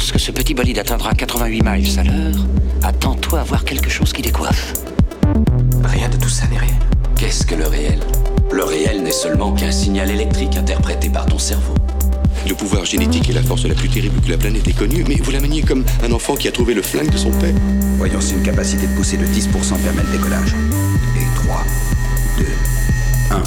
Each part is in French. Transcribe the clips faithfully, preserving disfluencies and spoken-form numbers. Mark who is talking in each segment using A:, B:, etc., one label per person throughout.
A: Lorsque ce petit bolide atteindra quatre-vingt-huit miles à l'heure, attends-toi à voir quelque chose qui décoiffe.
B: Rien de tout ça n'est réel.
A: Qu'est-ce que le réel ? Le réel n'est seulement qu'un signal électrique interprété par ton cerveau.
C: Le pouvoir génétique est la force la plus terrible que la planète ait connue, mais vous la maniez comme un enfant qui a trouvé le flingue de son père.
B: Voyons si une capacité de poussée de dix pour cent permet le décollage. Et trois, deux, un.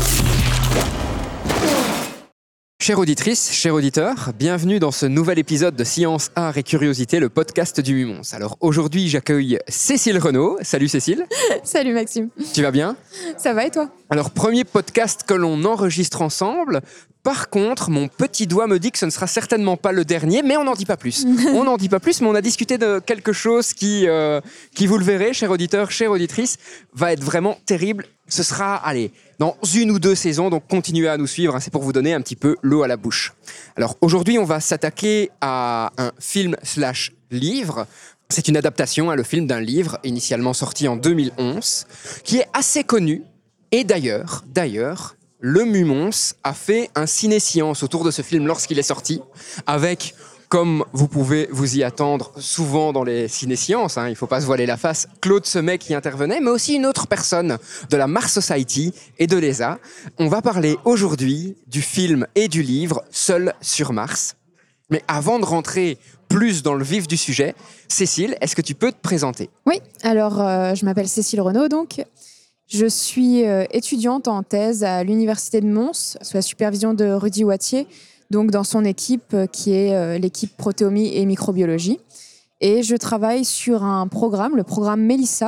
D: Chère auditrice, cher auditeur, bienvenue dans ce nouvel épisode de Science, Art et Curiosité, le podcast du Mumons. Alors aujourd'hui, j'accueille Cécile Renaud. Salut Cécile.
E: Salut Maxime.
D: Tu vas bien ?
E: Ça va et toi ?
D: Alors premier podcast que l'on enregistre ensemble. Par contre, mon petit doigt me dit que ce ne sera certainement pas le dernier, mais on n'en dit pas plus. On n'en dit pas plus, mais on a discuté de quelque chose qui, euh, qui vous le verrez, cher auditeur, chère auditrice, va être vraiment terrible. Ce sera, allez, dans une ou deux saisons, donc continuez à nous suivre, hein, c'est pour vous donner un petit peu l'eau à la bouche. Alors aujourd'hui, on va s'attaquer à un film slash livre. C'est une adaptation, hein, le film d'un livre initialement sorti en deux mille onze, qui est assez connu. Et d'ailleurs, d'ailleurs, le Mumons a fait un ciné-science autour de ce film lorsqu'il est sorti, avec, comme vous pouvez vous y attendre souvent dans les ciné-sciences, hein, il ne faut pas se voiler la face, Claude Semet qui intervenait, mais aussi une autre personne de la Mars Society et de l'E S A. On va parler aujourd'hui du film et du livre Seul sur Mars. Mais avant de rentrer plus dans le vif du sujet, Cécile, est-ce que tu peux te présenter ?
E: Oui, alors euh, je m'appelle Cécile Renaud, donc je suis euh, étudiante en thèse à l'Université de Mons, sous la supervision de Rudy Wattier, donc dans son équipe euh, qui est euh, l'équipe protéomie et microbiologie. Et je travaille sur un programme, le programme MELISA,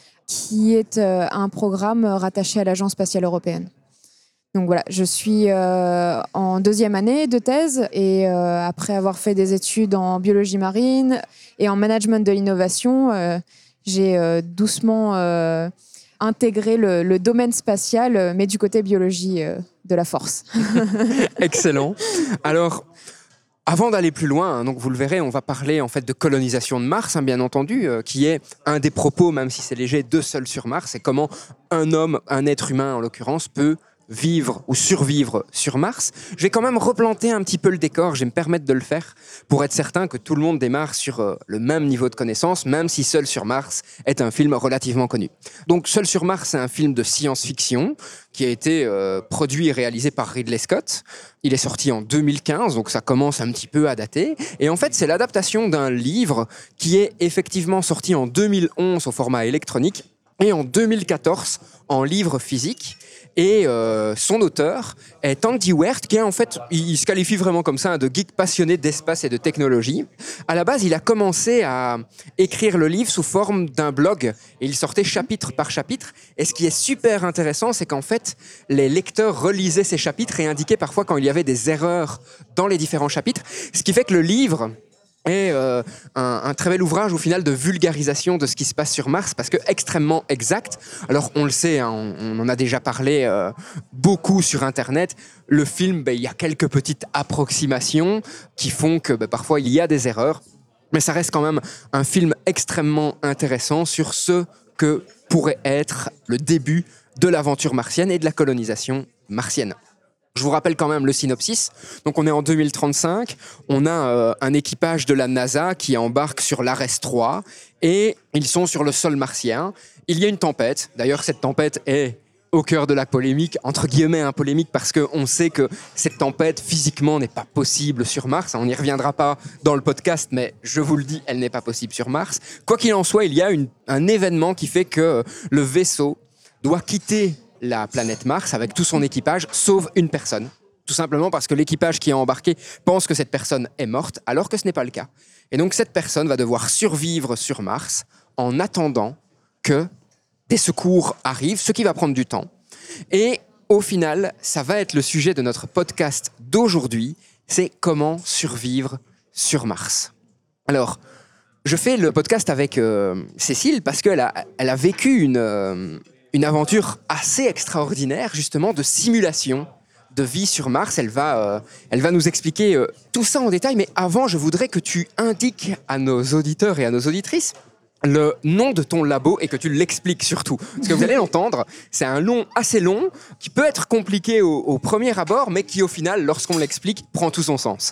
E: qui est euh, un programme rattaché à l'Agence spatiale européenne. Donc voilà, je suis euh, en deuxième année de thèse et euh, après avoir fait des études en biologie marine et en management de l'innovation, euh, j'ai euh, doucement euh, intégré le, le domaine spatial, mais du côté biologie euh, de la force.
D: Excellent. Alors, avant d'aller plus loin, hein, donc vous le verrez, on va parler en fait de colonisation de Mars, hein, bien entendu, euh, qui est un des propos, même si c'est léger, de Seul sur Mars, et comment un homme, un être humain en l'occurrence, peut vivre ou survivre sur Mars. Je vais quand même replanter un petit peu le décor, je vais me permettre de le faire pour être certain que tout le monde démarre sur euh, le même niveau de connaissance, même si Seul sur Mars est un film relativement connu. Donc Seul sur Mars, c'est un film de science-fiction qui a été euh, produit et réalisé par Ridley Scott. Il est sorti en deux mille quinze, donc ça commence un petit peu à dater. Et en fait, c'est l'adaptation d'un livre qui est effectivement sorti en deux mille onze au format électronique et en deux mille quatorze en livre physique. Et euh, son auteur est Andy Weir, qui est en fait, il, il se qualifie vraiment comme ça, hein, de geek passionné d'espace et de technologie. À la base, il a commencé à écrire le livre sous forme d'un blog et il sortait chapitre par chapitre. Et ce qui est super intéressant, c'est qu'en fait, les lecteurs relisaient ces chapitres et indiquaient parfois quand il y avait des erreurs dans les différents chapitres. Ce qui fait que le livre est euh, un, un très bel ouvrage au final de vulgarisation de ce qui se passe sur Mars, parce que extrêmement exact. Alors on le sait, hein, on, on en a déjà parlé euh, beaucoup sur Internet. Le film, ben, il y a quelques petites approximations qui font que ben, parfois il y a des erreurs, mais ça reste quand même un film extrêmement intéressant sur ce que pourrait être le début de l'aventure martienne et de la colonisation martienne. Je vous rappelle quand même le synopsis. Donc on est en deux mille trente-cinq, on a euh, un équipage de la NASA qui embarque sur l'Ares trois et ils sont sur le sol martien. Il y a une tempête. D'ailleurs, cette tempête est au cœur de la polémique, entre guillemets un polémique, parce qu'on sait que cette tempête physiquement n'est pas possible sur Mars. On n'y reviendra pas dans le podcast, mais je vous le dis, elle n'est pas possible sur Mars. Quoi qu'il en soit, il y a une, un événement qui fait que le vaisseau doit quitter la planète Mars avec tout son équipage, sauf une personne. Tout simplement parce que l'équipage qui est embarqué pense que cette personne est morte, alors que ce n'est pas le cas. Et donc cette personne va devoir survivre sur Mars en attendant que des secours arrivent, ce qui va prendre du temps. Et au final, ça va être le sujet de notre podcast d'aujourd'hui, c'est comment survivre sur Mars. Alors, je fais le podcast avec euh, Cécile parce qu'elle a, elle a vécu une... Euh, une aventure assez extraordinaire, justement, de simulation de vie sur Mars. Elle va, euh, elle va nous expliquer euh, tout ça en détail. Mais avant, je voudrais que tu indiques à nos auditeurs et à nos auditrices le nom de ton labo et que tu l'expliques surtout. Parce que vous allez l'entendre, c'est un nom assez long qui peut être compliqué au, au premier abord, mais qui, au final, lorsqu'on l'explique, prend tout son sens.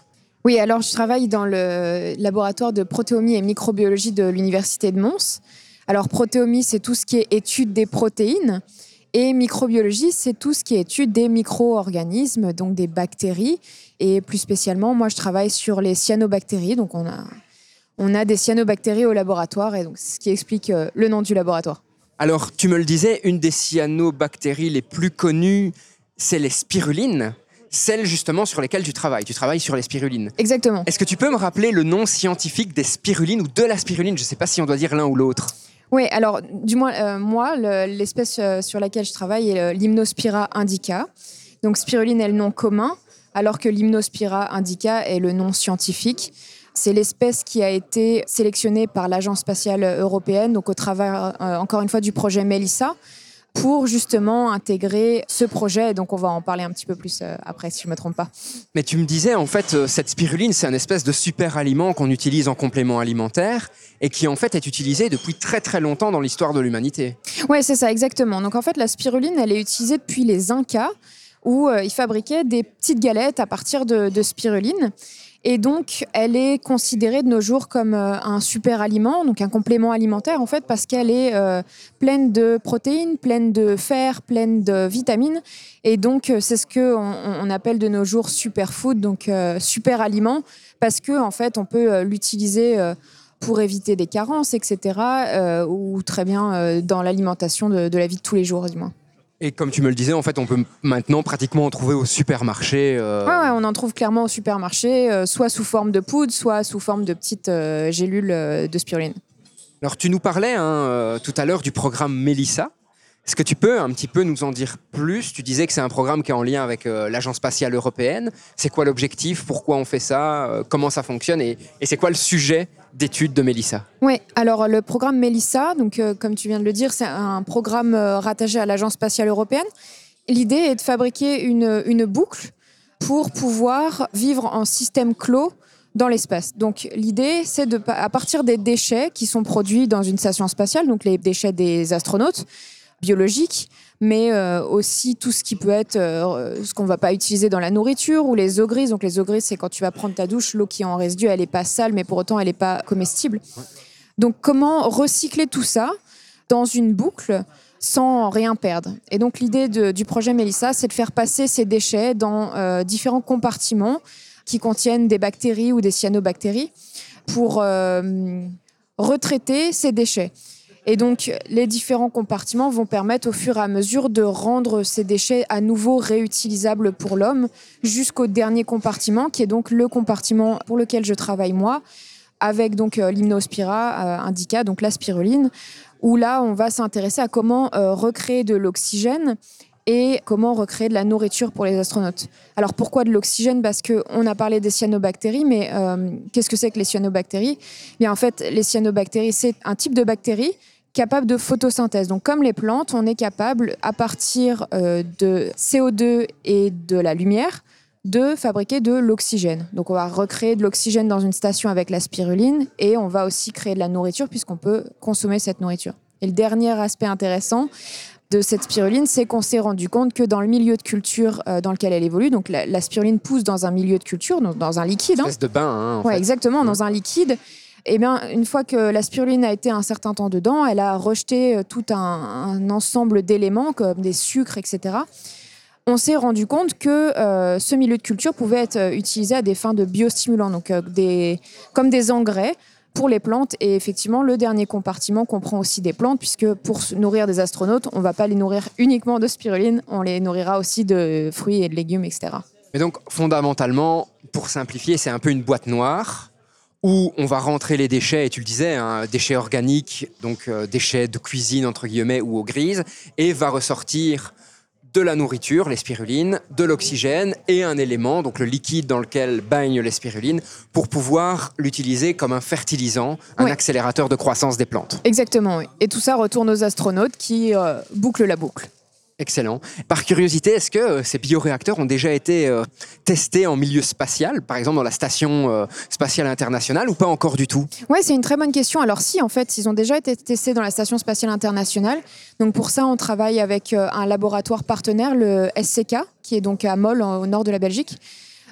E: Oui, alors je travaille dans le laboratoire de protéomie et microbiologie de l'Université de Mons. Alors protéomie, c'est tout ce qui est étude des protéines. Et microbiologie, c'est tout ce qui est étude des micro-organismes, donc des bactéries. Et plus spécialement, moi, je travaille sur les cyanobactéries. Donc, on a, on a des cyanobactéries au laboratoire, et donc c'est ce qui explique euh, le nom du laboratoire.
D: Alors, tu me le disais, une des cyanobactéries les plus connues, c'est les spirulines, celles justement sur lesquelles tu travailles. Tu travailles sur les spirulines.
E: Exactement.
D: Est-ce que tu peux me rappeler le nom scientifique des spirulines ou de la spiruline? Je ne sais pas si on doit dire l'un ou l'autre.
E: Oui, alors, du moins, euh, moi, le, l'espèce euh, sur laquelle je travaille est euh, l'Hypnospira indica. Donc, spiruline est le nom commun, alors que l'Hypnospira indica est le nom scientifique. C'est l'espèce qui a été sélectionnée par l'Agence spatiale européenne, donc au travers, euh, encore une fois, du projet Melissa, pour justement intégrer ce projet. Donc, on va en parler un petit peu plus euh, après, si je ne me trompe pas.
D: Mais tu me disais, en fait, euh, cette spiruline, c'est un espèce de super aliment qu'on utilise en complément alimentaire et qui, en fait, est utilisé depuis très, très longtemps dans l'histoire de l'humanité.
E: Oui, c'est ça, exactement. Donc, en fait, la spiruline, elle est utilisée depuis les Incas, où euh, ils fabriquaient des petites galettes à partir de, de spiruline. Et donc, elle est considérée de nos jours comme euh, un super aliment, donc un complément alimentaire, en fait, parce qu'elle est euh, pleine de protéines, pleine de fer, pleine de vitamines. Et donc, euh, c'est ce qu'on on appelle de nos jours superfood, donc euh, super aliment, parce qu'en en fait, on peut euh, l'utiliser euh, pour éviter des carences, et cetera, euh, ou très bien euh, dans l'alimentation de, de la vie de tous les jours, du moins.
D: Et comme tu me le disais, en fait, on peut maintenant pratiquement en trouver au supermarché. Euh...
E: Ouais, ouais, on en trouve clairement au supermarché, euh, soit sous forme de poudre, soit sous forme de petites euh, gélules euh, de spiruline.
D: Alors, tu nous parlais hein, euh, tout à l'heure du programme Melissa. Est-ce que tu peux un petit peu nous en dire plus? Tu disais que c'est un programme qui est en lien avec euh, l'Agence spatiale européenne. C'est quoi l'objectif? Pourquoi on fait ça? euh, Comment ça fonctionne? Et, et c'est quoi le sujet d'études de Melissa?
E: Oui, alors le programme Melissa, donc, euh, comme tu viens de le dire, c'est un programme euh, rattaché à l'Agence spatiale européenne. L'idée est de fabriquer une, une boucle pour pouvoir vivre en système clos dans l'espace. Donc l'idée, c'est de, à partir des déchets qui sont produits dans une station spatiale, donc les déchets des astronautes, biologiques, mais euh, aussi tout ce qui peut être euh, ce qu'on ne va pas utiliser dans la nourriture ou les eaux grises. Donc les eaux grises, c'est quand tu vas prendre ta douche, l'eau qui est en résidu, elle n'est pas sale, mais pour autant, elle n'est pas comestible. Ouais. Donc comment recycler tout ça dans une boucle sans rien perdre? Et donc l'idée de, du projet Melissa, c'est de faire passer ces déchets dans euh, différents compartiments qui contiennent des bactéries ou des cyanobactéries pour euh, retraiter ces déchets. Et donc, les différents compartiments vont permettre au fur et à mesure de rendre ces déchets à nouveau réutilisables pour l'homme jusqu'au dernier compartiment, qui est donc le compartiment pour lequel je travaille moi, avec donc euh, l'Hypnospira euh, indica, donc la spiruline, où là, on va s'intéresser à comment euh, recréer de l'oxygène et comment recréer de la nourriture pour les astronautes. Alors, pourquoi de l'oxygène? Parce qu'on a parlé des cyanobactéries, mais euh, qu'est-ce que c'est que les cyanobactéries? Bien, en fait, les cyanobactéries, c'est un type de bactéries capable de photosynthèse. Donc, comme les plantes, on est capable, à partir euh, de C O deux et de la lumière, de fabriquer de l'oxygène. Donc, on va recréer de l'oxygène dans une station avec la spiruline et on va aussi créer de la nourriture puisqu'on peut consommer cette nourriture. Et le dernier aspect intéressant de cette spiruline, c'est qu'on s'est rendu compte que dans le milieu de culture euh, dans lequel elle évolue, donc la, la spiruline pousse dans un milieu de culture, dans, dans un liquide.
D: Une espèce de bain, hein, en
E: ouais,
D: fait.
E: Exactement,
D: mmh.
E: dans un liquide. Eh bien, une fois que la spiruline a été un certain temps dedans, elle a rejeté tout un, un ensemble d'éléments comme des sucres, et cetera. On s'est rendu compte que euh, ce milieu de culture pouvait être utilisé à des fins de biostimulants, donc euh, des, comme des engrais pour les plantes. Et effectivement, le dernier compartiment comprend aussi des plantes, puisque pour nourrir des astronautes, on ne va pas les nourrir uniquement de spiruline, on les nourrira aussi de fruits et de légumes, et cetera.
D: Mais donc, fondamentalement, pour simplifier, c'est un peu une boîte noire où on va rentrer les déchets, et tu le disais, hein, déchets organiques, donc euh, déchets de cuisine, entre guillemets, ou eau grise, et va ressortir de la nourriture, les spirulines, de l'oxygène et un élément, donc le liquide dans lequel baignent les spirulines, pour pouvoir l'utiliser comme un fertilisant, un
E: oui.
D: accélérateur de croissance des plantes.
E: Exactement, oui. Et tout ça retourne aux astronautes qui euh, bouclent la boucle.
D: Excellent. Par curiosité, est-ce que euh, ces bioréacteurs ont déjà été euh, testés en milieu spatial, par exemple dans la station euh, spatiale internationale, ou pas encore du tout?
E: Oui, c'est une très bonne question. Alors si, en fait, ils ont déjà été testés dans la station spatiale internationale. Donc pour ça, on travaille avec euh, un laboratoire partenaire, le S C K, qui est donc à Mol, au nord de la Belgique.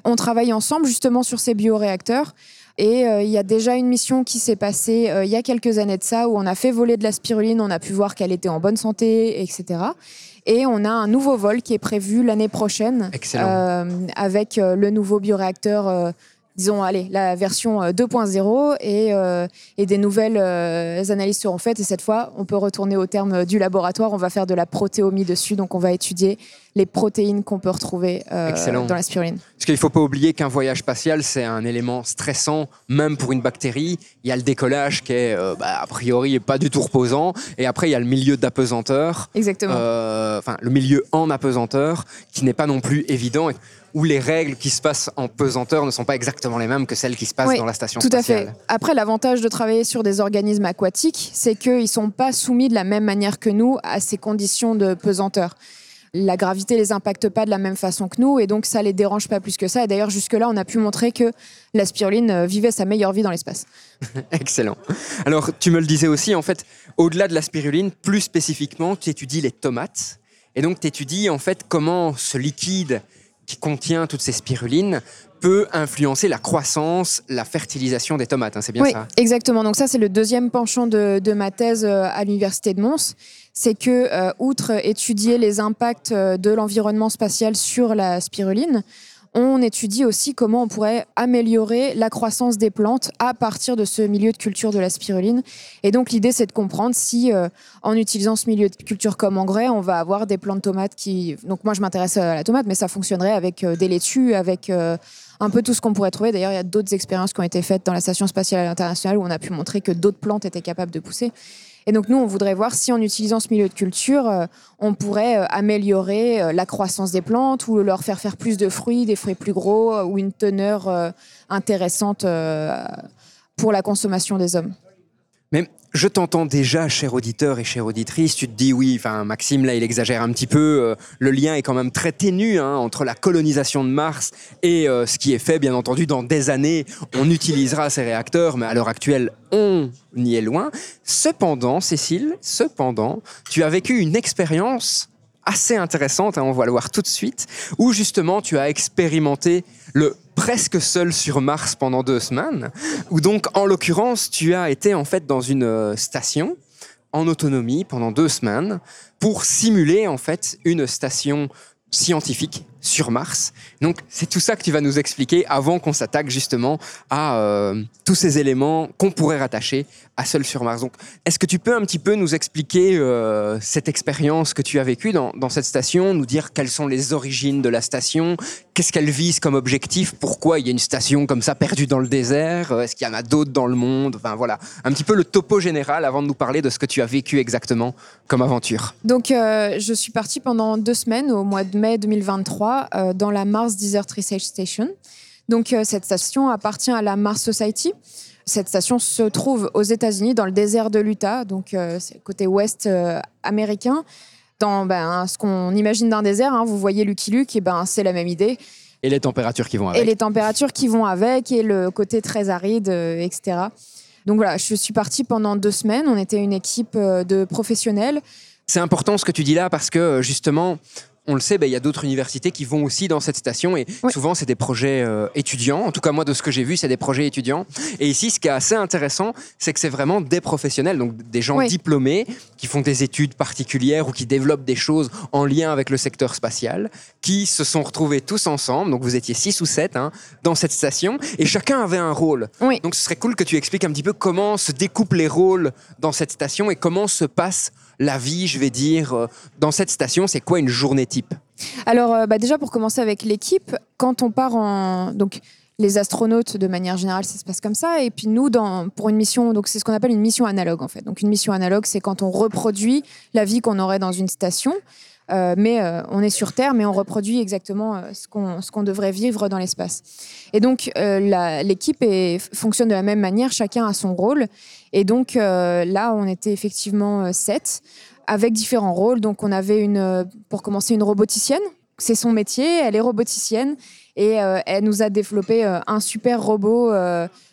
E: On travaille ensemble justement sur ces bioréacteurs. Et euh, il y a déjà une mission qui s'est passée euh, il y a quelques années de ça, où on a fait voler de la spiruline, on a pu voir qu'elle était en bonne santé, et cetera. Et on a un nouveau vol qui est prévu l'année prochaine, euh, avec euh, le nouveau bioréacteur, euh, disons, allez, la version deux point zéro, et, euh, et des nouvelles euh, analyses seront faites. Et cette fois, on peut retourner au terme du laboratoire. On va faire de la protéomie dessus, donc on va étudier les protéines qu'on peut retrouver euh, dans la spiruline.
D: Parce qu'il ne faut pas oublier qu'un voyage spatial, c'est un élément stressant, même pour une bactérie. Il y a le décollage qui est, euh, bah, a priori, pas du tout reposant. Et après, il y a le milieu d'apesanteur.
E: Exactement.
D: Euh, enfin, le milieu en apesanteur, qui n'est pas non plus évident, où les règles qui se passent en pesanteur ne sont pas exactement les mêmes que celles qui se passent
E: oui,
D: dans la station
E: tout
D: spatiale.
E: À fait. Après, l'avantage de travailler sur des organismes aquatiques, c'est qu'ils ne sont pas soumis de la même manière que nous à ces conditions de pesanteur. La gravité les impacte pas de la même façon que nous, et donc ça les dérange pas plus que ça. Et d'ailleurs, jusque-là, on a pu montrer que la spiruline vivait sa meilleure vie dans l'espace.
D: Excellent. Alors, tu me le disais aussi, en fait, au-delà de la spiruline, plus spécifiquement, tu étudies les tomates. Et donc, tu étudies en fait comment ce liquide qui contient toutes ces spirulines peut influencer la croissance, la fertilisation des tomates. Hein, c'est bien
E: oui,
D: ça?
E: Exactement. Donc ça, c'est le deuxième penchant de, de ma thèse à l'Université de Mons. C'est que, euh, outre étudier les impacts de l'environnement spatial sur la spiruline, on étudie aussi comment on pourrait améliorer la croissance des plantes à partir de ce milieu de culture de la spiruline. Et donc, l'idée, c'est de comprendre si, euh, en utilisant ce milieu de culture comme engrais, on va avoir des plants de tomates qui... Donc, moi, je m'intéresse à la tomate, mais ça fonctionnerait avec euh, des laitues, avec euh, un peu tout ce qu'on pourrait trouver. D'ailleurs, il y a d'autres expériences qui ont été faites dans la Station spatiale internationale où on a pu montrer que d'autres plantes étaient capables de pousser. Et donc, nous, on voudrait voir si, en utilisant ce milieu de culture, euh, on pourrait euh, améliorer euh, la croissance des plantes ou leur faire faire plus de fruits, des fruits plus gros, euh, ou une teneur euh, intéressante euh, pour la consommation des hommes.
D: Mais je t'entends déjà, cher auditeur et chère auditrice, tu te dis oui, enfin Maxime là il exagère un petit peu, euh, le lien est quand même très ténu hein, entre la colonisation de Mars et euh, ce qui est fait, bien entendu, dans des années, on utilisera ces réacteurs, mais à l'heure actuelle, on y est loin. Cependant, Cécile, cependant, tu as vécu une expérience assez intéressante, hein, on va le voir tout de suite, où justement tu as expérimenté le presque seul sur Mars pendant deux semaines, où donc en l'occurrence tu as été en fait dans une euh, station en autonomie pendant deux semaines pour simuler en fait une station scientifique sur Mars. Donc c'est tout ça que tu vas nous expliquer avant qu'on s'attaque justement à euh, tous ces éléments qu'on pourrait rattacher à Seul sur Mars. Donc est-ce que tu peux un petit peu nous expliquer euh, cette expérience que tu as vécue dans, dans cette station, nous dire quelles sont les origines de la station, qu'est-ce qu'elle vise comme objectif, pourquoi il y a une station comme ça perdue dans le désert, est-ce qu'il y en a d'autres dans le monde, enfin voilà, un petit peu le topo général avant de nous parler de ce que tu as vécu exactement comme aventure.
E: Donc euh, je suis partie pendant deux semaines au mois de mai deux mille vingt-trois euh, dans la Mars Desert Research Station. Donc euh, cette station appartient à la Mars Society. Cette station se trouve aux États-Unis, dans le désert de l'Utah, donc euh, c'est le côté ouest euh, américain. Dans ben, ce qu'on imagine d'un désert, hein, vous voyez Lucky Luke, et ben, c'est la même idée.
D: Et les températures qui vont avec.
E: Et les températures qui vont avec, et le côté très aride, euh, et cetera. Donc voilà, je suis partie pendant deux semaines. On était une équipe euh, de professionnels.
D: C'est important ce que tu dis là parce que justement, on le sait, ben, y a d'autres universités qui vont aussi dans cette station et oui. Souvent c'est des projets euh, étudiants. En tout cas moi de ce que j'ai vu c'est des projets étudiants. Et ici ce qui est assez intéressant c'est que c'est vraiment des professionnels, donc des gens oui. diplômés qui font des études particulières ou qui développent des choses en lien avec le secteur spatial, qui se sont retrouvés tous ensemble, donc vous étiez six ou sept hein, dans cette station et chacun avait un rôle.
E: Oui.
D: Donc ce serait cool que tu expliques un petit peu comment se découpent les rôles dans cette station et comment se passe la vie, je vais dire, dans cette station. C'est quoi une journée type ?
E: Alors, euh, bah déjà, pour commencer avec l'équipe, quand on part en... Donc, les astronautes, de manière générale, ça se passe comme ça. Et puis nous, dans... pour une mission, donc c'est ce qu'on appelle une mission analogue, en fait. Donc, une mission analogue, c'est quand on reproduit la vie qu'on aurait dans une station. Euh, mais euh, on est sur Terre, mais on reproduit exactement euh, ce qu'on, ce qu'on devrait vivre dans l'espace. Et donc, euh, la, l'équipe est, fonctionne de la même manière, chacun a son rôle. Et donc, euh, là, on était effectivement euh, sept, avec différents rôles. Donc, on avait, une, pour commencer, une roboticienne. C'est son métier, elle est roboticienne. Et euh, elle nous a développé euh, un super robot euh,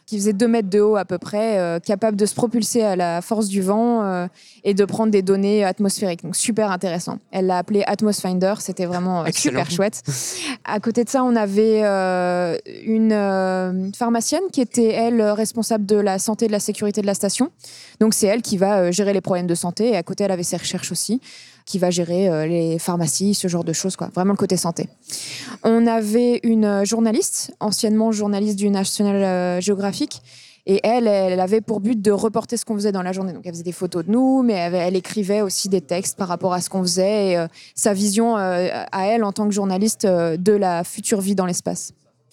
E: qui faisait deux mètres de haut à peu près, euh, capable de se propulser à la force du vent euh, et de prendre des données atmosphériques. Donc super intéressant. Elle l'a appelé Atmos Finder, c'était vraiment euh, super chouette. À côté de ça, on avait euh, une euh, pharmacienne qui était, elle, responsable de la santé et de la sécurité de la station. Donc c'est elle qui va euh, gérer les problèmes de santé et à côté, elle avait ses recherches aussi, qui va gérer euh, les pharmacies, ce genre de choses, quoi. Vraiment le côté santé. On avait une journaliste, anciennement journaliste du National euh, Geographic, et elle, elle avait pour but de reporter ce qu'on faisait dans la journée. Donc elle faisait des photos de nous, mais elle, elle écrivait aussi des textes par rapport à ce qu'on faisait et euh, sa vision euh, à elle en tant que journaliste euh, de la future vie dans l'espace.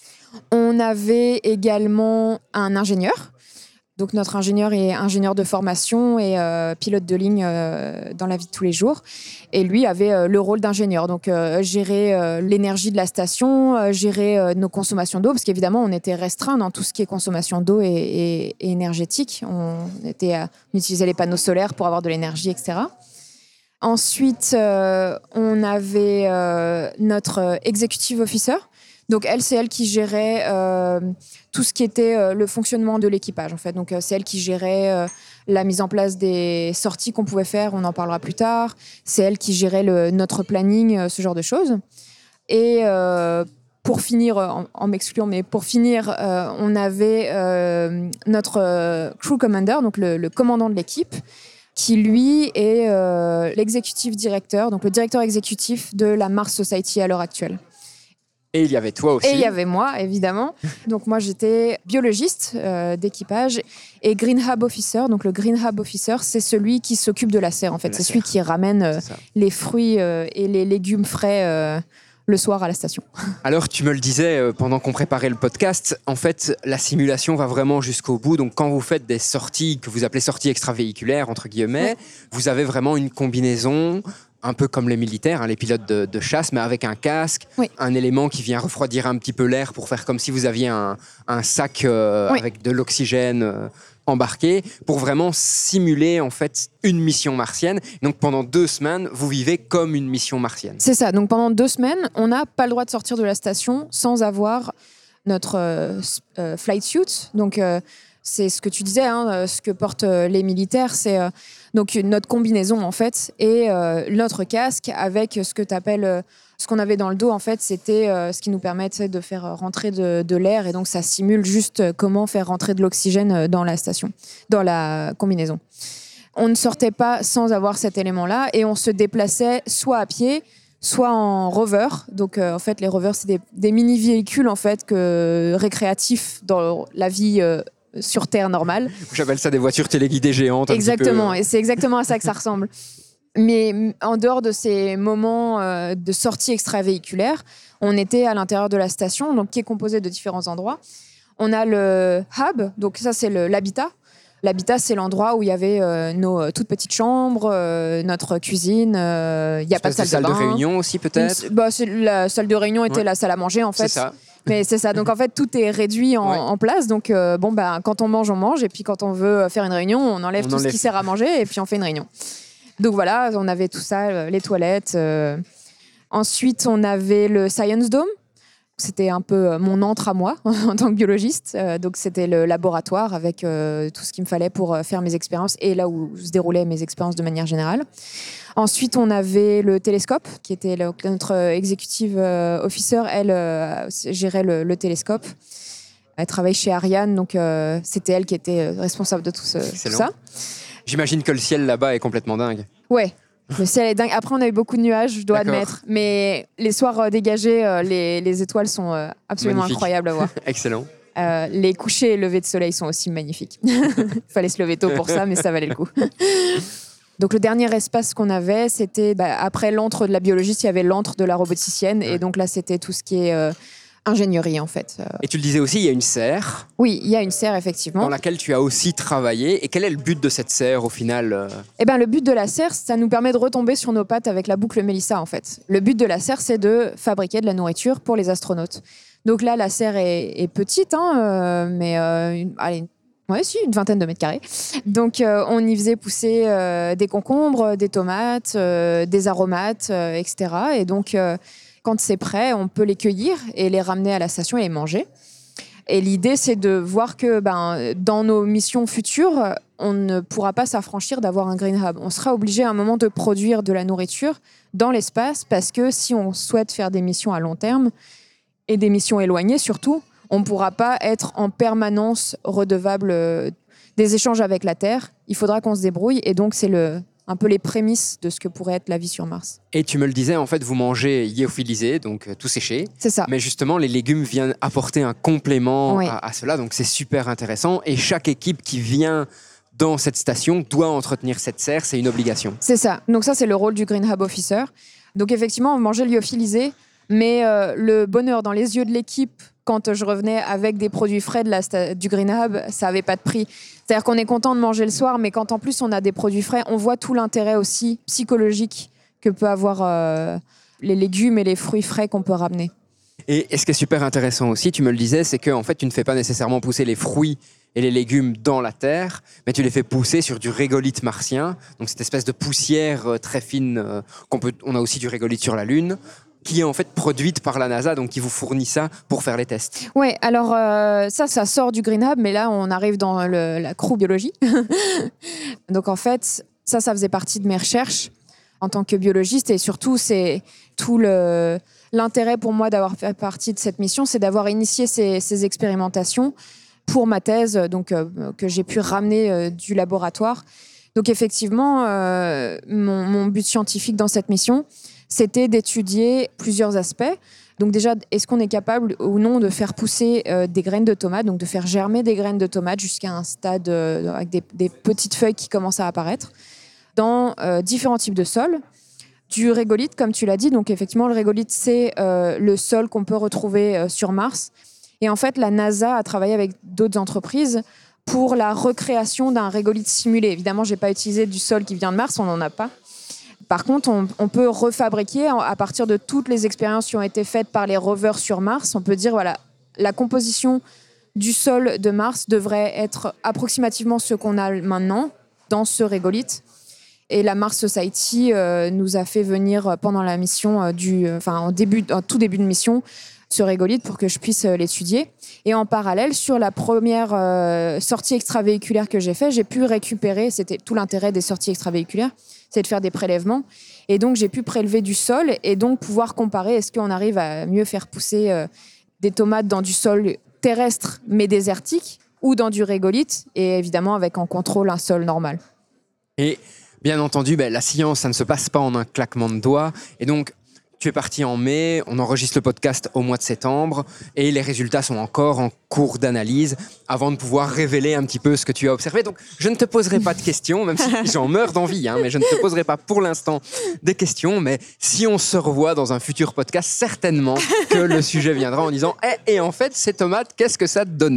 E: On avait également un ingénieur. Donc notre ingénieur est ingénieur de formation et euh, pilote de ligne euh, dans la vie de tous les jours. Et lui avait euh, le rôle d'ingénieur, donc euh, gérer euh, l'énergie de la station, euh, gérer euh, nos consommations d'eau, parce qu'évidemment on était restreint dans tout ce qui est consommation d'eau et, et, et énergétique. On, était, euh, on utilisait les panneaux solaires pour avoir de l'énergie, et cetera. Ensuite, euh, on avait euh, notre executive officer. Donc elle, c'est elle qui gérait euh, tout ce qui était euh, le fonctionnement de l'équipage, en fait. Donc euh, c'est elle qui gérait euh, la mise en place des sorties qu'on pouvait faire, on en parlera plus tard. C'est elle qui gérait le, notre planning, euh, ce genre de choses. Et euh, pour finir, en, en m'excluant, mais pour finir, euh, on avait euh, notre euh, crew commander, donc le, le commandant de l'équipe, qui lui est euh, l'exécutif directeur, donc le directeur exécutif de la Mars Society à l'heure actuelle.
D: Et il y avait toi aussi.
E: Et il y avait moi, évidemment. Donc moi, j'étais biologiste euh, d'équipage et Green Hub Officer. Donc le Green Hub Officer, c'est celui qui s'occupe de la serre, en fait. C'est celui qui ramène euh, les fruits euh, et les légumes frais euh, le soir à la station.
D: Alors, tu me le disais euh, pendant qu'on préparait le podcast, en fait, la simulation va vraiment jusqu'au bout. Donc, quand vous faites des sorties que vous appelez sorties extravéhiculaires, entre guillemets, ouais. Vous avez vraiment une combinaison un peu comme les militaires, hein, les pilotes de, de chasse, mais avec un casque, oui. Un élément qui vient refroidir un petit peu l'air pour faire comme si vous aviez un, un sac euh, oui. Avec de l'oxygène euh, embarqué, pour vraiment simuler en fait une mission martienne. Donc pendant deux semaines, vous vivez comme une mission martienne.
E: C'est ça. Donc pendant deux semaines, on n'a pas le droit de sortir de la station sans avoir notre euh, euh, flight suit. Donc euh, c'est ce que tu disais, hein, ce que portent euh, les militaires, c'est euh, donc notre combinaison en fait et euh, notre casque avec ce que tu appelles, euh, ce qu'on avait dans le dos en fait, c'était euh, ce qui nous permettait de faire rentrer de, de l'air et donc ça simule juste comment faire rentrer de l'oxygène dans la station, dans la combinaison. On ne sortait pas sans avoir cet élément-là et on se déplaçait soit à pied, soit en rover. Donc euh, en fait, les rovers c'est des, des mini véhicules en fait que récréatifs dans la vie. Euh, sur Terre normale.
D: J'appelle ça des voitures téléguidées géantes.
E: Exactement, et c'est exactement à ça que ça ressemble. Mais en dehors de ces moments euh, de sortie extravéhiculaire, on était à l'intérieur de la station, donc qui est composée de différents endroits. On a le hub, donc ça c'est le, l'habitat. L'habitat, c'est l'endroit où il y avait euh, nos euh, toutes petites chambres, euh, notre cuisine. Il euh, n'y a pas de salle de,
D: salle
E: bain.
D: de réunion aussi peut-être.
E: Une, bah, c'est, la salle de réunion était ouais. La salle à manger en fait.
D: C'est ça.
E: Mais c'est ça. Donc en fait, tout est réduit en, ouais. en place. Donc euh, bon, bah, quand on mange, on mange. Et puis quand on veut faire une réunion, on enlève on tout enlève. ce qui sert à manger et puis on fait une réunion. Donc voilà, on avait tout ça, les toilettes. Euh. Ensuite, on avait le Science Dome. C'était un peu mon antre à moi en tant que biologiste. Euh, donc c'était le laboratoire avec euh, tout ce qu'il me fallait pour faire mes expériences et là où se déroulaient mes expériences de manière générale. Ensuite, on avait le télescope, qui était le, notre executive officer. Elle euh, gérait le, le télescope. Elle travaille chez Ariane, donc euh, c'était elle qui était responsable de tout, ce, tout ça.
D: J'imagine que le ciel là-bas est complètement dingue.
E: Ouais. Le ciel est dingue. Après, on a eu beaucoup de nuages, je dois D'accord. admettre. Mais les soirs euh, dégagés, euh, les, les étoiles sont euh, absolument Magnifique. Incroyables à voir.
D: Excellent.
E: Euh, les couchers et levées de soleil sont aussi magnifiques. Il fallait se lever tôt pour ça, mais ça valait le coup. Donc le dernier espace qu'on avait, c'était bah, après l'antre de la biologiste, il y avait l'antre de la roboticienne. Ouais. Et donc là, c'était tout ce qui est euh, ingénierie, en fait.
D: Et tu le disais aussi, il y a une serre.
E: Oui, il y a une serre, effectivement.
D: Dans laquelle tu as aussi travaillé. Et quel est le but de cette serre, au final ?
E: Eh ben, le but de la serre, ça nous permet de retomber sur nos pattes avec la boucle Mélissa, en fait. Le but de la serre, c'est de fabriquer de la nourriture pour les astronautes. Donc là, la serre est, est petite, hein, euh, mais euh, une, allez, ouais, si, une vingtaine de mètres carrés. Donc, euh, on y faisait pousser euh, des concombres, des tomates, euh, des aromates, euh, et cetera. Et donc... Euh, quand c'est prêt, on peut les cueillir et les ramener à la station et les manger. Et l'idée, c'est de voir que ben, dans nos missions futures, on ne pourra pas s'affranchir d'avoir un Green Hub. On sera obligé à un moment de produire de la nourriture dans l'espace parce que si on souhaite faire des missions à long terme et des missions éloignées surtout, on ne pourra pas être en permanence redevable des échanges avec la Terre. Il faudra qu'on se débrouille et donc c'est le... un peu les prémices de ce que pourrait être la vie sur Mars.
D: Et tu me le disais, en fait, vous mangez lyophilisé, donc euh, tout séché.
E: C'est ça.
D: Mais justement, les légumes viennent apporter un complément
E: Oui.
D: à, à cela, donc c'est super intéressant. Et chaque équipe qui vient dans cette station doit entretenir cette serre, c'est une obligation.
E: C'est ça. Donc ça, c'est le rôle du Green Hub Officer. Donc effectivement, on mangeait lyophilisé, mais euh, le bonheur dans les yeux de l'équipe quand je revenais avec des produits frais de la sta- du Green Hub, ça n'avait pas de prix. C'est-à-dire qu'on est content de manger le soir, mais quand en plus on a des produits frais, on voit tout l'intérêt aussi psychologique que peut avoir euh, les légumes et les fruits frais qu'on peut ramener.
D: Et, et ce qui est super intéressant aussi, tu me le disais, c'est que en fait, tu ne fais pas nécessairement pousser les fruits et les légumes dans la terre, mais tu les fais pousser sur du régolithe martien, donc cette espèce de poussière euh, très fine euh, qu'on peut. On a aussi du régolithe sur la Lune, qui est en fait produite par la NASA, donc qui vous fournit ça pour faire les tests.
E: Oui, alors euh, ça, ça sort du Green Hub, mais là, on arrive dans le, la crew biologie. Donc en fait, ça, ça faisait partie de mes recherches en tant que biologiste, et surtout, c'est tout le, l'intérêt pour moi d'avoir fait partie de cette mission, c'est d'avoir initié ces, ces expérimentations pour ma thèse, donc euh, que j'ai pu ramener euh, du laboratoire. Donc effectivement, euh, mon, mon but scientifique dans cette mission, c'était d'étudier plusieurs aspects. Donc déjà, est-ce qu'on est capable ou non de faire pousser euh, des graines de tomates, donc de faire germer des graines de tomates jusqu'à un stade euh, avec des, des petites feuilles qui commencent à apparaître dans euh, différents types de sols. Du régolithe, comme tu l'as dit, donc effectivement, le régolithe, c'est euh, le sol qu'on peut retrouver euh, sur Mars. Et en fait, la NASA a travaillé avec d'autres entreprises pour la recréation d'un régolithe simulé. Évidemment, je n'ai pas utilisé du sol qui vient de Mars, on n'en a pas. Par contre, on, on peut refabriquer à partir de toutes les expériences qui ont été faites par les rovers sur Mars. On peut dire, voilà, la composition du sol de Mars devrait être approximativement ce qu'on a maintenant dans ce régolithe. Et la Mars Society euh, nous a fait venir pendant la mission, euh, du, euh, enfin, en, début, en tout début de mission, ce régolithe pour que je puisse euh, l'étudier. Et en parallèle, sur la première euh, sortie extravéhiculaire que j'ai faite, j'ai pu récupérer, c'était tout l'intérêt des sorties extravéhiculaires, c'est de faire des prélèvements. Et donc, j'ai pu prélever du sol et donc pouvoir comparer, est-ce qu'on arrive à mieux faire pousser euh, des tomates dans du sol terrestre mais désertique ou dans du régolithe, et évidemment avec en contrôle un sol normal.
D: Et bien entendu, ben, la science, ça ne se passe pas en un claquement de doigts. Et donc, tu es parti en mai, on enregistre le podcast au mois de septembre et les résultats sont encore en cours d'analyse avant de pouvoir révéler un petit peu ce que tu as observé. Donc, je ne te poserai pas de questions, même si j'en meurs d'envie, hein, mais je ne te poserai pas pour l'instant des questions. Mais si on se revoit dans un futur podcast, certainement que le sujet viendra en disant eh, « Et en fait, ces tomates, qu'est-ce que ça te donnait ?»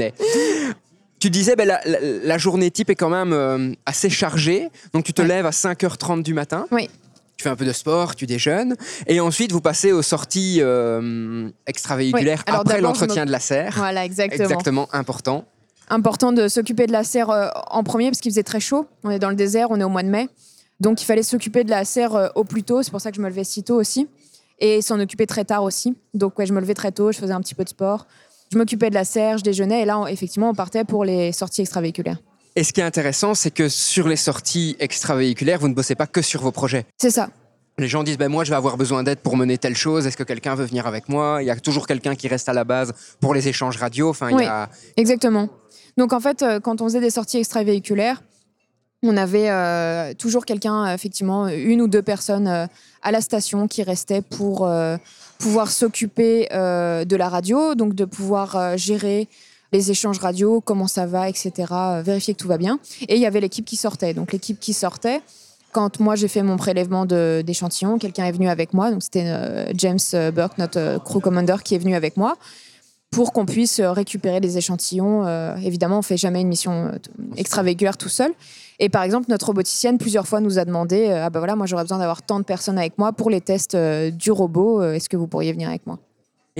D: Tu disais, ben, la, la, la journée type est quand même euh, assez chargée. Donc, tu te
E: Ouais.
D: lèves à cinq heures trente du matin.
E: Oui.
D: Tu fais un peu de sport, tu déjeunes. Et ensuite, vous passez aux sorties euh, extravéhiculaires
E: Oui. Alors,
D: après
E: d'abord, je
D: l'entretien
E: me-
D: de la serre.
E: Voilà, exactement.
D: Exactement, important.
E: Important de s'occuper de la serre euh, en premier parce qu'il faisait très chaud. On est dans le désert, on est au mois de mai. Donc, il fallait s'occuper de la serre euh, au plus tôt. C'est pour ça que je me levais si tôt aussi. Et s'en occuper très tard aussi. Donc, ouais, je me levais très tôt, je faisais un petit peu de sport. Je m'occupais de la serre, je déjeunais. Et là, on- effectivement, on partait pour les sorties extravéhiculaires.
D: Et ce qui est intéressant, c'est que sur les sorties extravéhiculaires, vous ne bossez pas que sur vos projets.
E: C'est ça.
D: Les gens disent, ben moi, je vais avoir besoin d'aide pour mener telle chose. Est-ce que quelqu'un veut venir avec moi ? Il y a toujours quelqu'un qui reste à la base pour les échanges radio. Enfin, il
E: Oui.
D: y a...
E: Exactement. Donc en fait, euh, quand on faisait des sorties extravéhiculaires, on avait euh, toujours quelqu'un, euh, effectivement, une ou deux personnes euh, à la station qui restaient pour euh, pouvoir s'occuper euh, de la radio, donc de pouvoir euh, gérer les échanges radio, comment ça va, et cetera, euh, vérifier que tout va bien. Et il y avait l'équipe qui sortait. Donc l'équipe qui sortait, quand moi j'ai fait mon prélèvement de, d'échantillons, quelqu'un est venu avec moi. Donc c'était euh, James Burke, notre euh, crew commander, qui est venu avec moi pour qu'on puisse récupérer des échantillons. Euh, évidemment, on ne fait jamais une mission euh, extravéhiculaire tout seul. Et par exemple, notre roboticienne, plusieurs fois, nous a demandé euh, « Ah ben voilà, moi j'aurais besoin d'avoir tant de personnes avec moi pour les tests euh, du robot. Euh, est-ce que vous pourriez venir avec moi ?»
D: Et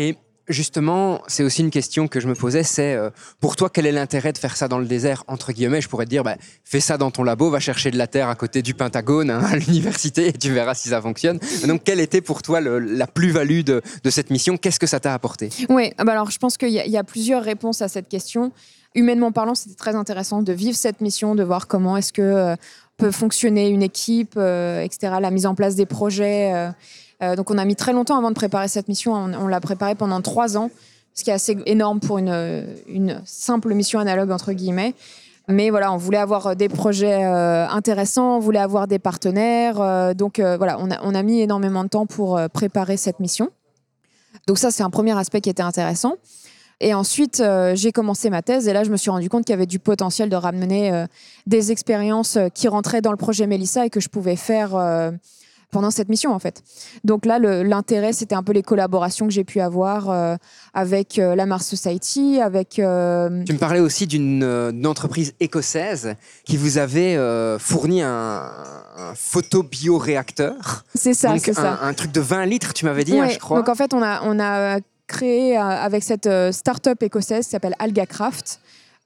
D: justement, c'est aussi une question que je me posais, c'est euh, pour toi, quel est l'intérêt de faire ça dans le désert, entre guillemets? Je pourrais te dire, bah, fais ça dans ton labo, va chercher de la terre à côté du Pentagone, hein, à l'université, et tu verras si ça fonctionne. Donc, quelle était pour toi le, la plus-value de, de cette mission? Qu'est-ce que ça t'a apporté?
E: Oui, bah alors je pense qu'il y, y a plusieurs réponses à cette question. Humainement parlant, c'était très intéressant de vivre cette mission, de voir comment est-ce que euh, peut fonctionner une équipe, euh, et cetera, la mise en place des projets. Euh, euh, donc, on a mis très longtemps avant de préparer cette mission. On, on l'a préparée pendant trois ans, ce qui est assez énorme pour une, une simple mission analogue, entre guillemets. Mais voilà, on voulait avoir des projets euh, intéressants, on voulait avoir des partenaires. Euh, donc, euh, voilà, on a, on a mis énormément de temps pour euh, préparer cette mission. Donc, ça, c'est un premier aspect qui était intéressant. Et ensuite, euh, j'ai commencé ma thèse et là, je me suis rendu compte qu'il y avait du potentiel de ramener euh, des expériences euh, qui rentraient dans le projet Mélissa et que je pouvais faire euh, pendant cette mission, en fait. Donc là, le, l'intérêt, c'était un peu les collaborations que j'ai pu avoir euh, avec euh, la Mars Society, avec... Euh...
D: Tu me parlais aussi d'une, euh, d'une entreprise écossaise qui vous avait euh, fourni un, un photobioréacteur.
E: C'est ça,
D: donc
E: c'est
D: un,
E: ça.
D: Un truc de vingt litres, tu m'avais dit,
E: ouais,
D: hein, je crois.
E: Donc en fait, on a... On a créé euh, avec cette euh, start-up écossaise qui s'appelle AlgaCraft,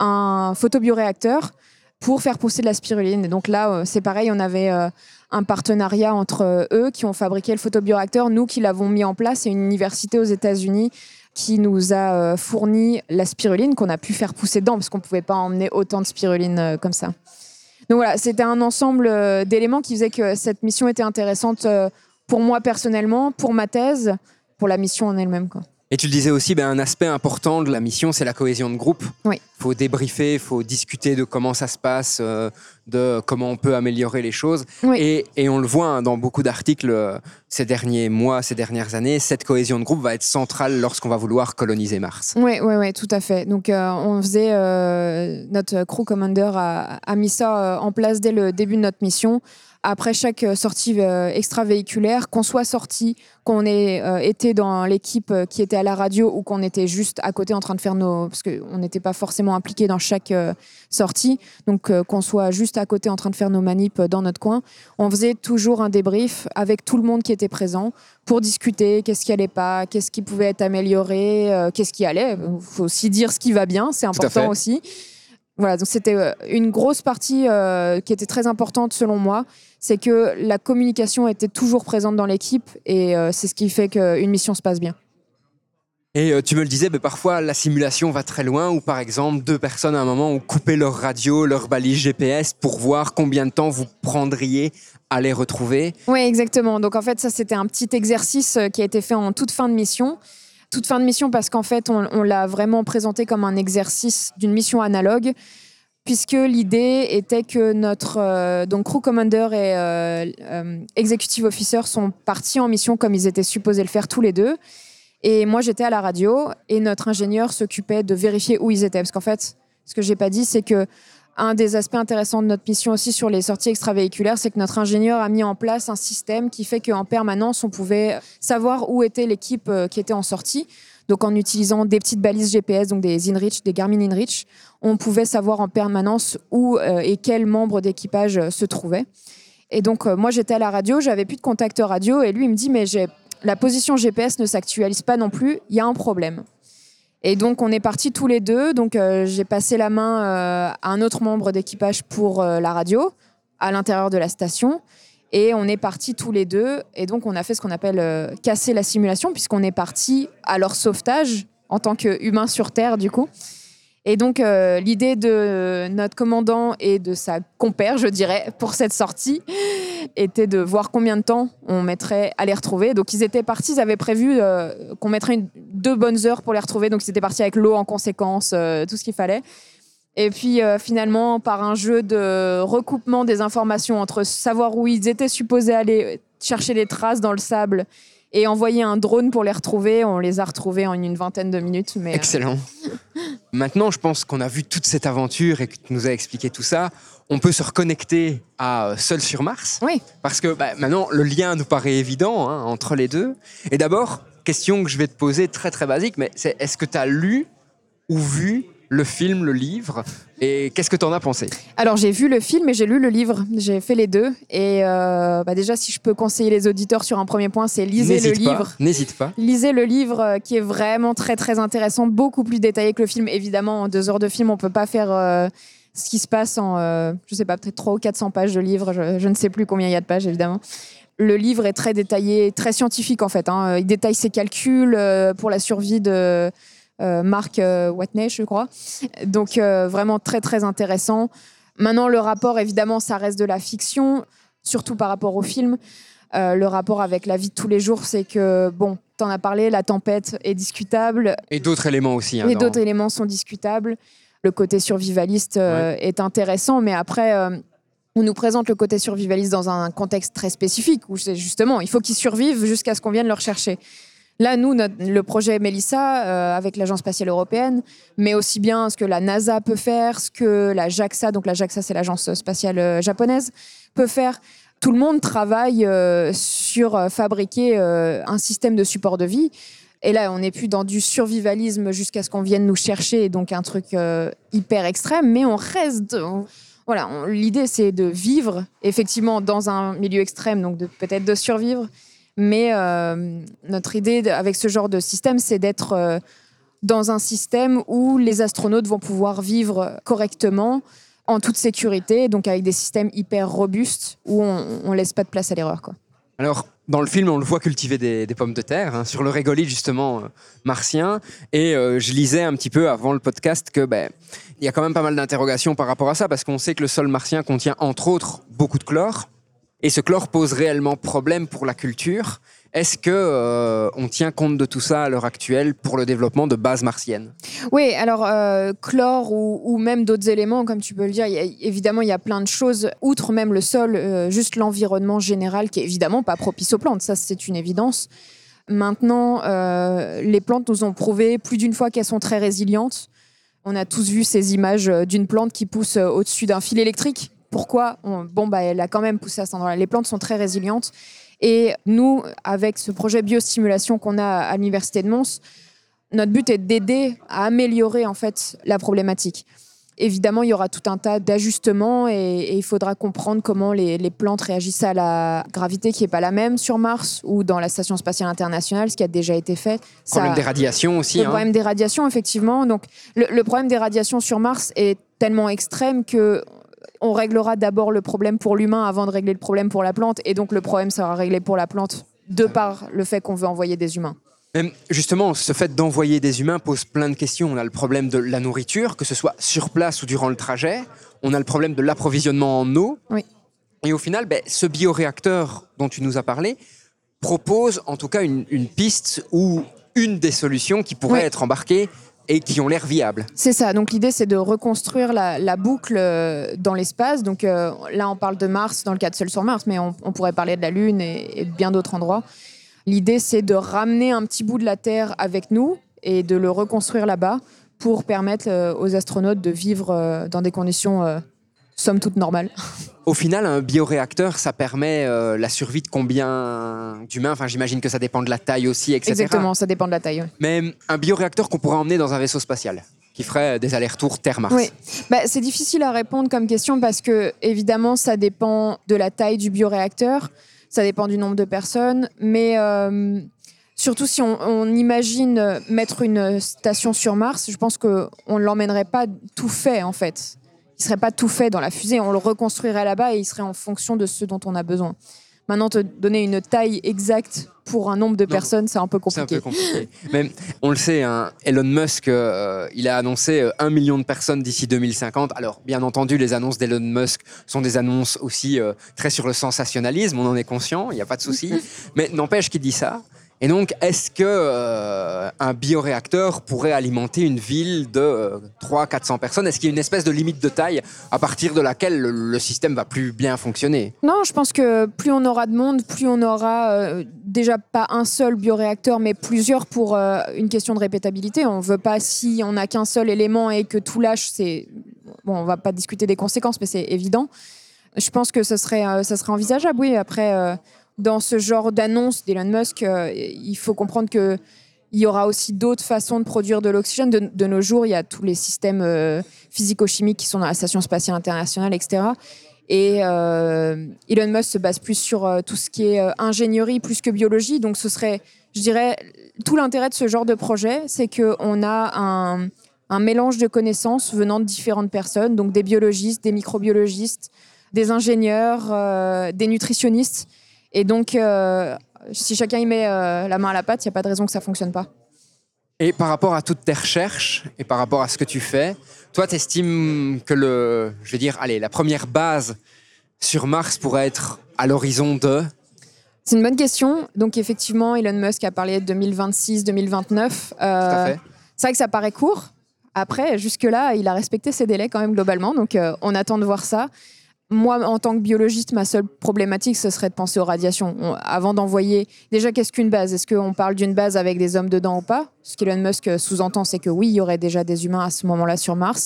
E: un photobioréacteur pour faire pousser de la spiruline. Et donc là, euh, c'est pareil, on avait euh, un partenariat entre euh, eux qui ont fabriqué le photobioréacteur, nous qui l'avons mis en place, et une université aux États-Unis qui nous a euh, fourni la spiruline qu'on a pu faire pousser dedans parce qu'on ne pouvait pas emmener autant de spiruline euh, comme ça. Donc voilà, c'était un ensemble euh, d'éléments qui faisaient que cette mission était intéressante euh, pour moi personnellement, pour ma thèse, pour la mission en elle-même, quoi.
D: Et tu le disais aussi, ben, un aspect important de la mission, c'est la cohésion de groupe.
E: Oui.
D: Il faut débriefer, il faut discuter de comment ça se passe, euh, de comment on peut améliorer les choses.
E: Oui.
D: Et, et on le voit hein, dans beaucoup d'articles euh, ces derniers mois, ces dernières années, cette cohésion de groupe va être centrale lorsqu'on va vouloir coloniser Mars.
E: Oui, oui, oui, tout à fait. Donc, euh, on faisait, euh, notre crew commander a, a mis ça euh, en place dès le début de notre mission. Après chaque sortie euh, extravéhiculaire, qu'on soit sorti, qu'on ait euh, été dans l'équipe qui était à la radio ou qu'on était juste à côté en train de faire nos... Parce qu'on n'était pas forcément impliqués dans chaque euh, sortie, donc euh, qu'on soit juste à côté en train de faire nos manips dans notre coin, on faisait toujours un débrief avec tout le monde qui était présent pour discuter qu'est-ce qui allait pas, qu'est-ce qui pouvait être amélioré, euh, qu'est-ce qui allait. Il faut aussi dire ce qui va bien, c'est important aussi. Voilà, donc c'était une grosse partie euh, qui était très importante selon moi, c'est que la communication était toujours présente dans l'équipe et euh, c'est ce qui fait qu'une mission se passe bien.
D: Et euh, tu me le disais, mais parfois la simulation va très loin où par exemple deux personnes à un moment ont coupé leur radio, leur balise G P S pour voir combien de temps vous prendriez à les retrouver.
E: Oui, exactement. Donc en fait, ça c'était un petit exercice qui a été fait en toute fin de mission. Toute fin de mission parce qu'en fait, on, on l'a vraiment présenté comme un exercice d'une mission analogue, puisque l'idée était que notre euh, donc crew commander et euh, euh, executive officer sont partis en mission comme ils étaient supposés le faire tous les deux. Et moi, j'étais à la radio et notre ingénieur s'occupait de vérifier où ils étaient. Parce qu'en fait, ce que j'ai pas dit, c'est que un des aspects intéressants de notre mission aussi sur les sorties extravéhiculaires, c'est que notre ingénieur a mis en place un système qui fait qu'en permanence, on pouvait savoir où était l'équipe qui était en sortie. Donc, en utilisant des petites balises G P S, donc des InReach, des Garmin InReach, on pouvait savoir en permanence où euh, et quel membre d'équipage euh, se trouvait. Et donc, euh, moi, j'étais à la radio, j'avais plus de contact radio, et lui, il me dit, mais j'ai... la position G P S ne s'actualise pas non plus, il y a un problème. Et donc, on est partis tous les deux. Donc, euh, j'ai passé la main euh, à un autre membre d'équipage pour euh, la radio, à l'intérieur de la station. Et on est partis tous les deux. Et donc, on a fait ce qu'on appelle euh, casser la simulation, puisqu'on est partis à leur sauvetage, en tant qu'humains sur Terre, du coup. Et donc, euh, l'idée de notre commandant et de sa compère, je dirais, pour cette sortie, était de voir combien de temps on mettrait à les retrouver. Donc, ils étaient partis, ils avaient prévu euh, qu'on mettrait une, deux bonnes heures pour les retrouver. Donc, ils étaient partis avec l'eau en conséquence, euh, tout ce qu'il fallait. Et puis, euh, finalement, par un jeu de recoupement des informations entre savoir où ils étaient supposés aller chercher les traces dans le sable et envoyer un drone pour les retrouver, on les a retrouvés en une vingtaine de minutes. Mais,
D: excellent. Maintenant, je pense qu'on a vu toute cette aventure et que tu nous as expliqué tout ça. On peut se reconnecter à Seul sur Mars.
E: Oui.
D: Parce que bah, maintenant, le lien nous paraît évident hein, entre les deux. Et d'abord, question que je vais te poser très très basique, mais c'est est-ce que tu as lu ou vu le film, le livre. Et qu'est-ce que tu en as pensé ?
E: Alors, j'ai vu le film et j'ai lu le livre. J'ai fait les deux. Et euh, bah déjà, si je peux conseiller les auditeurs sur un premier point, c'est lisez
D: N'hésite
E: le
D: pas,
E: livre.
D: N'hésite pas.
E: Lisez le livre euh, qui est vraiment très, très intéressant, beaucoup plus détaillé que le film. Évidemment, en deux heures de film, on ne peut pas faire euh, ce qui se passe en, euh, je ne sais pas, peut-être trois ou quatre cents pages de livre. Je, je ne sais plus combien il y a de pages, évidemment. Le livre est très détaillé, très scientifique, en fait. Hein. Il détaille ses calculs euh, pour la survie de... Euh, Mark euh, Watney, je crois. Donc, euh, vraiment très, très intéressant. Maintenant, le rapport, évidemment, ça reste de la fiction, surtout par rapport au film. Euh, le rapport avec la vie de tous les jours, c'est que, bon, t'en as parlé, la tempête est discutable.
D: Et d'autres éléments aussi. Hein,
E: et
D: dans...
E: d'autres éléments sont discutables. Le côté survivaliste euh, ouais. est intéressant, mais après... Euh, on nous présente le côté survivaliste dans un contexte très spécifique, où c'est justement, il faut qu'ils survivent jusqu'à ce qu'on vienne le rechercher. Là, nous, notre, le projet Mélissa, euh, avec l'Agence spatiale européenne, mais aussi bien ce que la NASA peut faire, ce que la JAXA, donc la JAXA, c'est l'Agence spatiale euh, japonaise, peut faire. Tout le monde travaille euh, sur euh, fabriquer euh, un système de support de vie. Et là, on n'est plus dans du survivalisme jusqu'à ce qu'on vienne nous chercher, donc un truc euh, hyper extrême, mais on reste... On, voilà, on, l'idée, c'est de vivre, effectivement, dans un milieu extrême, donc de, peut-être de survivre. Mais euh, notre idée avec ce genre de système, c'est d'être euh, dans un système où les astronautes vont pouvoir vivre correctement, en toute sécurité, donc avec des systèmes hyper robustes où on ne laisse pas de place à l'erreur, quoi.
D: Alors, dans le film, on le voit cultiver des, des pommes de terre, hein, sur le régolithe, justement, euh, martien. Et euh, je lisais un petit peu avant le podcast que ben, y a quand même pas mal d'interrogations par rapport à ça, parce qu'on sait que le sol martien contient, entre autres, beaucoup de chlore. Et ce chlore pose réellement problème pour la culture. Est-ce qu'on euh, tient compte de tout ça à l'heure actuelle pour le développement de bases martiennes ?
E: Oui, alors euh, chlore ou, ou même d'autres éléments, comme tu peux le dire, y a, évidemment, il y a plein de choses, outre même le sol, euh, juste l'environnement général qui est évidemment pas propice aux plantes, ça c'est une évidence. Maintenant, euh, les plantes nous ont prouvé plus d'une fois qu'elles sont très résilientes. On a tous vu ces images d'une plante qui pousse au-dessus d'un fil électrique. Pourquoi ? On, Bon, bah, elle a quand même poussé à cet endroit-là. Les plantes sont très résilientes. Et nous, avec ce projet biostimulation qu'on a à l'Université de Mons, notre but est d'aider à améliorer en fait, la problématique. Évidemment, il y aura tout un tas d'ajustements et, et il faudra comprendre comment les, les plantes réagissent à la gravité qui n'est pas la même sur Mars ou dans la Station spatiale internationale, ce qui a déjà été fait.
D: Le problème Ça, des radiations aussi.
E: Le
D: hein.
E: problème des radiations, effectivement. Donc, le, le problème des radiations sur Mars est tellement extrême que on réglera d'abord le problème pour l'humain avant de régler le problème pour la plante. Et donc, le problème sera réglé pour la plante de par le fait qu'on veut envoyer des humains.
D: Même justement, ce fait d'envoyer des humains pose plein de questions. On a le problème de la nourriture, que ce soit sur place ou durant le trajet. On a le problème de l'approvisionnement en eau.
E: Oui.
D: Et au final, ben, ce bioréacteur dont tu nous as parlé propose en tout cas une, une piste ou une des solutions qui pourrait oui. être embarquée et qui ont l'air viables.
E: C'est ça. Donc l'idée, c'est de reconstruire la, la boucle dans l'espace. Donc euh, là, on parle de Mars dans le cas de Seul sur Mars, mais on, on pourrait parler de la Lune et, et de bien d'autres endroits. L'idée, c'est de ramener un petit bout de la Terre avec nous et de le reconstruire là-bas pour permettre euh, aux astronautes de vivre euh, dans des conditions, euh, somme toute, normales.
D: Au final, un bioréacteur, ça permet euh, la survie de combien d'humains ? Enfin, j'imagine que ça dépend de la taille aussi, et cetera.
E: Exactement, ça dépend de la taille. Oui.
D: Mais un bioréacteur qu'on pourrait emmener dans un vaisseau spatial, qui ferait des allers-retours Terre-Mars.
E: Oui, bah, c'est difficile à répondre comme question parce que, évidemment, ça dépend de la taille du bioréacteur, ça dépend du nombre de personnes, mais euh, surtout si on, on imagine mettre une station sur Mars, je pense qu'on ne l'emmènerait pas tout fait, en fait. Il ne serait pas tout fait dans la fusée, on le reconstruirait là-bas et il serait en fonction de ce dont on a besoin. Maintenant, te donner une taille exacte pour un nombre de non, personnes, c'est un peu compliqué.
D: C'est un peu compliqué. Mais on le sait, hein, Elon Musk, euh, il a annoncé un million de personnes d'ici deux mille cinquante. Alors, bien entendu, les annonces d'Elon Musk sont des annonces aussi euh, très sur le sensationnalisme, on en est conscient, il n'y a pas de souci. Mais n'empêche qu'il dit ça. Et donc, est-ce qu'un euh, bioréacteur pourrait alimenter une ville de euh, trois cents à quatre cents personnes ? Est-ce qu'il y a une espèce de limite de taille à partir de laquelle le, le système va plus bien fonctionner ?
E: Non, je pense que plus on aura de monde, plus on aura euh, déjà pas un seul bioréacteur, mais plusieurs pour euh, une question de répétabilité. On ne veut pas, si on n'a qu'un seul élément et que tout lâche, c'est... Bon, on ne va pas discuter des conséquences, mais c'est évident. Je pense que ça serait, euh, ça serait envisageable, oui. Après... Euh, Dans ce genre d'annonce d'Elon Musk, euh, il faut comprendre que Il y aura aussi d'autres façons de produire de l'oxygène. De, de nos jours, il y a tous les systèmes euh, physico-chimiques qui sont dans la Station spatiale internationale, et cetera. Et euh, Elon Musk se base plus sur euh, tout ce qui est euh, ingénierie plus que biologie. Donc ce serait, je dirais, tout l'intérêt de ce genre de projet, c'est qu'on a un, un mélange de connaissances venant de différentes personnes, donc des biologistes, des microbiologistes, des ingénieurs, euh, des nutritionnistes. Et donc, euh, si chacun y met euh, la main à la pâte, il n'y a pas de raison que ça ne fonctionne pas.
D: Et par rapport à toutes tes recherches et par rapport à ce que tu fais, toi, tu estimes que le, je veux dire, allez, la première base sur Mars pourrait être à l'horizon de...
E: C'est une bonne question. Donc, effectivement, Elon Musk a parlé de deux mille vingt-six deux mille vingt-neuf. Euh,
D: Tout à fait.
E: C'est vrai que ça paraît court. Après, jusque-là, il a respecté ses délais quand même globalement. Donc, euh, on attend de voir ça. Moi, en tant que biologiste, ma seule problématique, ce serait de penser aux radiations. On, avant d'envoyer... Déjà, qu'est-ce qu'une base ? Est-ce qu'on parle d'une base avec des hommes dedans ou pas ? Ce qu'Elon Musk sous-entend, c'est que oui, il y aurait déjà des humains à ce moment-là sur Mars.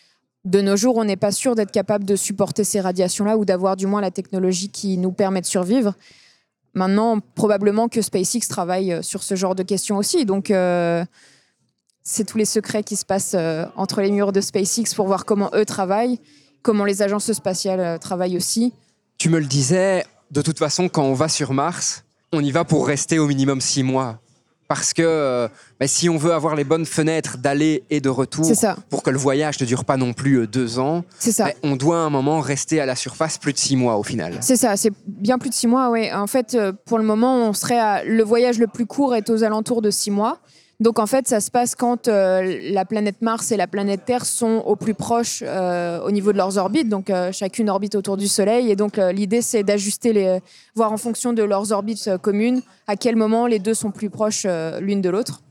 E: De nos jours, on n'est pas sûr d'être capable de supporter ces radiations-là ou d'avoir du moins la technologie qui nous permet de survivre. Maintenant, probablement que SpaceX travaille sur ce genre de questions aussi. Donc, euh, c'est tous les secrets qui se passent euh, entre les murs de SpaceX pour voir comment eux travaillent, comment les agences spatiales euh, travaillent aussi.
D: Tu me le disais, de toute façon, quand on va sur Mars, on y va pour rester au minimum six mois. Parce que euh, bah, si on veut avoir les bonnes fenêtres d'aller et de retour, pour que le voyage ne dure pas non plus euh, deux ans,
E: c'est ça.
D: Bah, on doit à un moment rester à la surface plus de six mois au final.
E: C'est ça, c'est bien plus de six mois, oui. En fait, euh, pour le moment, on serait à... le voyage le plus court est aux alentours de six mois. Donc en fait, ça se passe quand euh, la planète Mars et la planète Terre sont au plus proches euh, au niveau de leurs orbites. Donc euh, chacune orbite autour du Soleil. Et donc euh, l'idée, c'est d'ajuster, les, voir en fonction de leurs orbites euh, communes, à quel moment les deux sont plus proches euh, l'une de l'autre.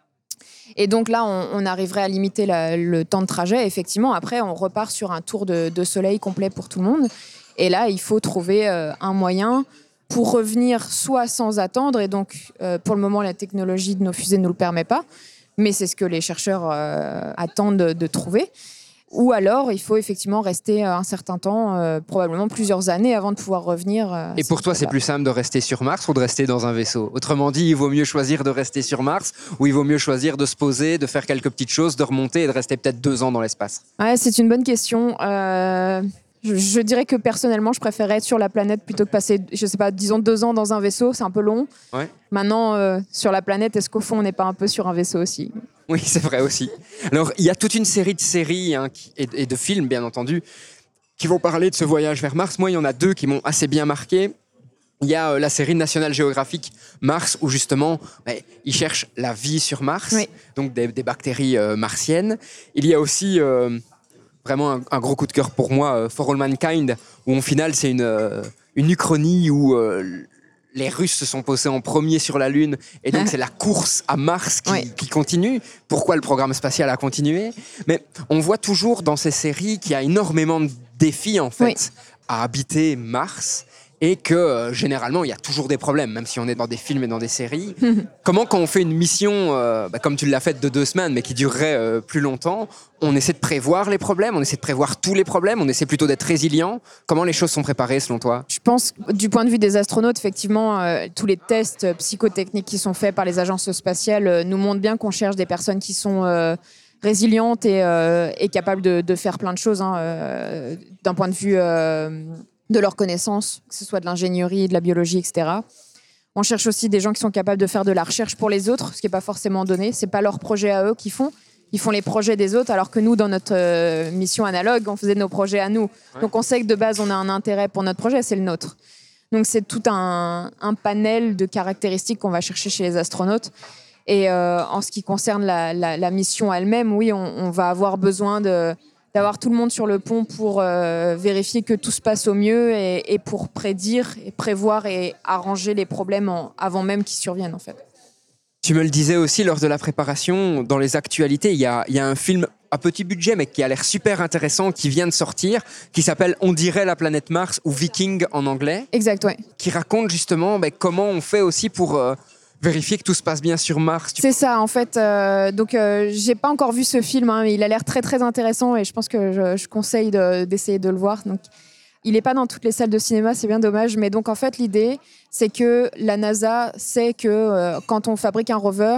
E: Et donc là, on, on arriverait à limiter la, le temps de trajet. Effectivement, après, on repart sur un tour de, de Soleil complet pour tout le monde. Et là, il faut trouver euh, un moyen pour revenir soit sans attendre, et donc euh, pour le moment la technologie de nos fusées ne nous le permet pas, mais c'est ce que les chercheurs euh, attendent de, de trouver, ou alors il faut effectivement rester un certain temps, euh, probablement plusieurs années avant de pouvoir revenir. Euh,
D: et pour toi c'est plus simple de rester sur Mars ou de rester dans un vaisseau ? Autrement dit, il vaut mieux choisir de rester sur Mars ou il vaut mieux choisir de se poser, de faire quelques petites choses, de remonter et de rester peut-être deux ans dans l'espace ?
E: Ouais, c'est une bonne question. Euh... Je, je dirais que personnellement, je préférerais être sur la planète plutôt que passer, je sais pas, disons deux ans dans un vaisseau, c'est un peu long.
D: Ouais.
E: Maintenant, euh, sur la planète, est-ce qu'au fond, on n'est pas un peu sur un vaisseau aussi ?
D: Oui, c'est vrai aussi. Alors, il y a toute une série de séries hein, qui, et, et de films, bien entendu, qui vont parler de ce voyage vers Mars. Moi, il y en a deux qui m'ont assez bien marqué. Il y a euh, la série National Geographic Mars, où justement, bah, ils cherchent la vie sur Mars,
E: oui.
D: donc des, des bactéries euh, martiennes. Il y a aussi... Euh, vraiment un, un gros coup de cœur pour moi, euh, For All Mankind, où au final c'est une, euh, une uchronie où euh, les Russes se sont posés en premier sur la Lune, et donc c'est la course à Mars qui,
E: oui.
D: qui continue. Pourquoi le programme spatial a continué ? Mais on voit toujours dans ces séries qu'il y a énormément de défis en fait, oui. à habiter Mars, et que euh, généralement il y a toujours des problèmes, même si on est dans des films et dans des séries. Comment, quand on fait une mission, euh, bah, comme tu l'as faite de deux semaines, mais qui durerait euh, plus longtemps, on essaie de prévoir les problèmes, on essaie de prévoir tous les problèmes, on essaie plutôt d'être résilient. Comment les choses sont préparées selon toi ?
E: Je pense, du point de vue des astronautes, effectivement, euh, tous les tests psychotechniques qui sont faits par les agences spatiales euh, nous montrent bien qu'on cherche des personnes qui sont euh, résilientes et, euh, et capables de, de faire plein de choses, hein, euh, d'un point de vue... Euh, de leurs connaissances, que ce soit de l'ingénierie, de la biologie, et cetera. On cherche aussi des gens qui sont capables de faire de la recherche pour les autres, ce qui n'est pas forcément donné. Ce n'est pas leur projet à eux qu'ils font. Ils font les projets des autres, alors que nous, dans notre euh, mission analogue, on faisait nos projets à nous. Ouais. Donc on sait que de base, on a un intérêt pour notre projet, c'est le nôtre. Donc c'est tout un, un panel de caractéristiques qu'on va chercher chez les astronautes. Et euh, en ce qui concerne la, la, la mission elle-même, oui, on, on va avoir besoin de... d'avoir tout le monde sur le pont pour euh, vérifier que tout se passe au mieux et, et pour prédire, et prévoir et arranger les problèmes en, avant même qu'ils surviennent, en fait.
D: Tu me le disais aussi lors de la préparation, dans les actualités, il y a, il y a un film à petit budget, mais qui a l'air super intéressant, qui vient de sortir, qui s'appelle « On dirait la planète Mars » ou « Viking » en anglais.
E: Exact, ouais.
D: Qui raconte justement ben, comment on fait aussi pour... Euh, vérifier que tout se passe bien sur Mars.
E: C'est ça, en fait. Euh, donc, euh, j'ai pas encore vu ce film, hein, mais il a l'air très, très intéressant et je pense que je, je conseille de, d'essayer de le voir. Donc, il n'est pas dans toutes les salles de cinéma, c'est bien dommage. Mais donc, en fait, l'idée, c'est que la NASA sait que euh, quand on fabrique un rover,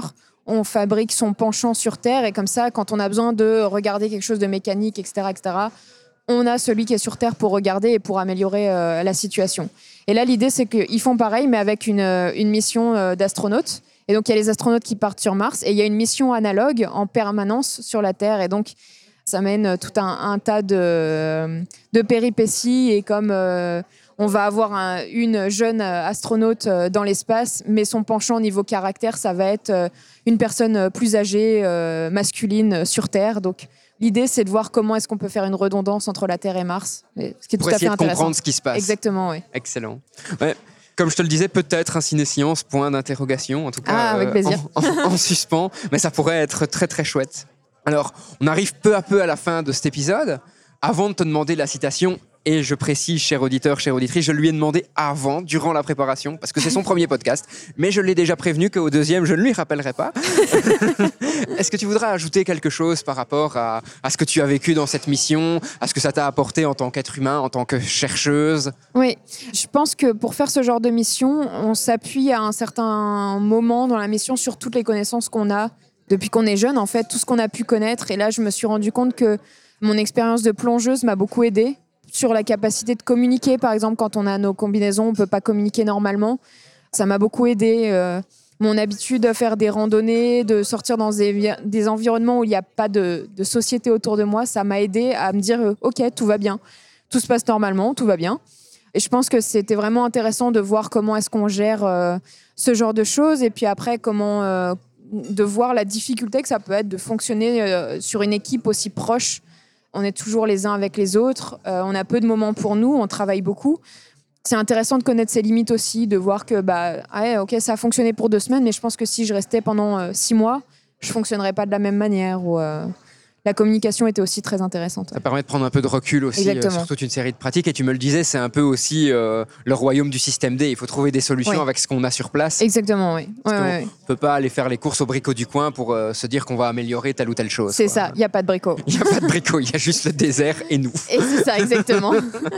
E: on fabrique son penchant sur Terre et comme ça, quand on a besoin de regarder quelque chose de mécanique, et cetera, et cetera, on a celui qui est sur Terre pour regarder et pour améliorer euh, la situation. Et là, l'idée, c'est qu'ils font pareil, mais avec une, une mission euh, d'astronautes. Et donc, il y a les astronautes qui partent sur Mars et il y a une mission analogue en permanence sur la Terre. Et donc, ça mène tout un, un tas de, de péripéties. Et comme euh, on va avoir un, une jeune astronaute dans l'espace, mais son penchant au niveau caractère, ça va être une personne plus âgée, euh, masculine, sur Terre. Donc, l'idée, c'est de voir comment est-ce qu'on peut faire une redondance entre la Terre et Mars. Ce qui est
D: Pour
E: tout à
D: essayer
E: fait
D: de
E: intéressant.
D: comprendre ce qui se passe.
E: Exactement, oui.
D: Excellent. Ouais. Comme je te le disais, peut-être un ciné-science, point d'interrogation, en tout cas
E: ah, avec plaisir.
D: Euh, en, en, en suspens, mais ça pourrait être très très chouette. Alors, on arrive peu à peu à la fin de cet épisode. Avant de te demander la citation, et je précise, cher auditeur, chère auditrice, je lui ai demandé avant, durant la préparation, parce que c'est son premier podcast, mais je l'ai déjà prévenu qu'au deuxième, je ne lui rappellerai pas. Est-ce que tu voudrais ajouter quelque chose par rapport à, à ce que tu as vécu dans cette mission, à ce que ça t'a apporté en tant qu'être humain, en tant que chercheuse ?
E: Oui, je pense que pour faire ce genre de mission, on s'appuie à un certain moment dans la mission sur toutes les connaissances qu'on a depuis qu'on est jeune, en fait, tout ce qu'on a pu connaître. Et là, je me suis rendu compte que mon expérience de plongeuse m'a beaucoup aidée sur la capacité de communiquer. Par exemple, quand on a nos combinaisons, on ne peut pas communiquer normalement. Ça m'a beaucoup aidée. Euh, mon habitude de faire des randonnées, de sortir dans des, des environnements où il n'y a pas de, de société autour de moi, ça m'a aidée à me dire euh, « Ok, tout va bien. Tout se passe normalement, tout va bien. » Et je pense que c'était vraiment intéressant de voir comment est-ce qu'on gère euh, ce genre de choses. Et puis après, comment... Euh, de voir la difficulté que ça peut être de fonctionner euh, sur une équipe aussi proche. On est toujours les uns avec les autres, euh, on a peu de moments pour nous, on travaille beaucoup. C'est intéressant de connaître ses limites aussi, de voir que bah, ouais, ok, ça a fonctionné pour deux semaines, mais je pense que si je restais pendant euh, six mois, je ne fonctionnerais pas de la même manière. Ou, euh, la communication était aussi très intéressante.
D: Ça permet de prendre un peu de recul aussi euh, sur toute une série de pratiques. Et tu me le disais, c'est un peu aussi euh, le royaume du système D. Il faut trouver des solutions oui. avec ce qu'on a sur place.
E: Exactement, oui. Ouais, ouais,
D: on ne
E: ouais.
D: peut pas aller faire les courses au bricot du coin pour euh, se dire qu'on va améliorer telle ou telle chose.
E: C'est quoi. Ça, il n'y a pas de bricot.
D: Il n'y a pas de bricot, il y a juste le désert et nous.
E: Et c'est ça, exactement.